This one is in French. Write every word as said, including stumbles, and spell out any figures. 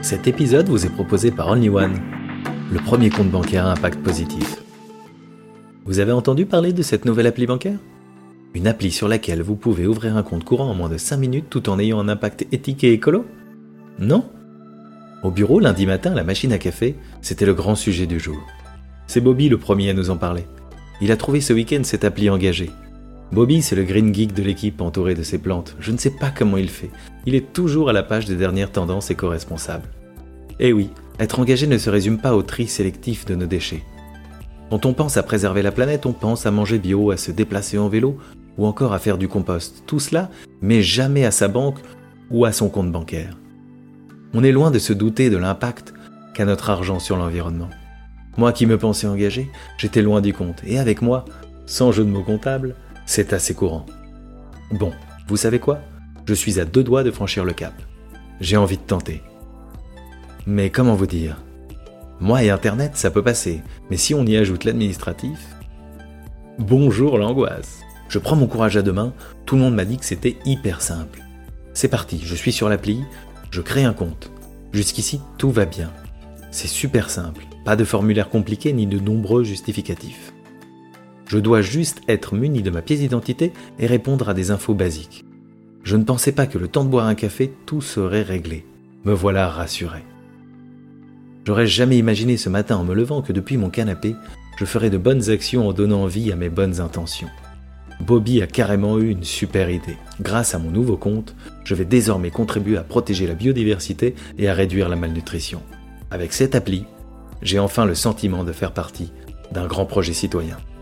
Cet épisode vous est proposé par OnlyOne, le premier compte bancaire à impact positif. Vous avez entendu parler de cette nouvelle appli bancaire ? Une appli sur laquelle vous pouvez ouvrir un compte courant en moins de cinq minutes tout en ayant un impact éthique et écolo ? Non ? Au bureau, lundi matin, à la machine à café, c'était le grand sujet du jour. C'est Bobby le premier à nous en parler. Il a trouvé ce week-end cette appli engagée. Bobby, c'est le green geek de l'équipe entouré de ses plantes. Je ne sais pas comment il fait. Il est toujours à la page des dernières tendances éco-responsables. Eh oui, être engagé ne se résume pas au tri sélectif de nos déchets. Quand on pense à préserver la planète, on pense à manger bio, à se déplacer en vélo ou encore à faire du compost. Tout cela, mais jamais à sa banque ou à son compte bancaire. On est loin de se douter de l'impact qu'a notre argent sur l'environnement. Moi qui me pensais engagé, j'étais loin du compte. Et avec moi, sans jeu de mots comptable, c'est assez courant. Bon, vous savez quoi ? Je suis à deux doigts de franchir le cap. J'ai envie de tenter. Mais comment vous dire ? Moi et Internet, ça peut passer. Mais si on y ajoute l'administratif... Bonjour l'angoisse. Je prends mon courage à deux mains, tout le monde m'a dit que c'était hyper simple. C'est parti, je suis sur l'appli, je crée un compte. Jusqu'ici, tout va bien. C'est super simple, pas de formulaire compliqué ni de nombreux justificatifs. Je dois juste être muni de ma pièce d'identité et répondre à des infos basiques. Je ne pensais pas que le temps de boire un café, tout serait réglé. Me voilà rassuré. J'aurais jamais imaginé ce matin en me levant que depuis mon canapé, je ferais de bonnes actions en donnant vie à mes bonnes intentions. Bobby a carrément eu une super idée. Grâce à mon nouveau compte, je vais désormais contribuer à protéger la biodiversité et à réduire la malnutrition. Avec cette appli, j'ai enfin le sentiment de faire partie d'un grand projet citoyen.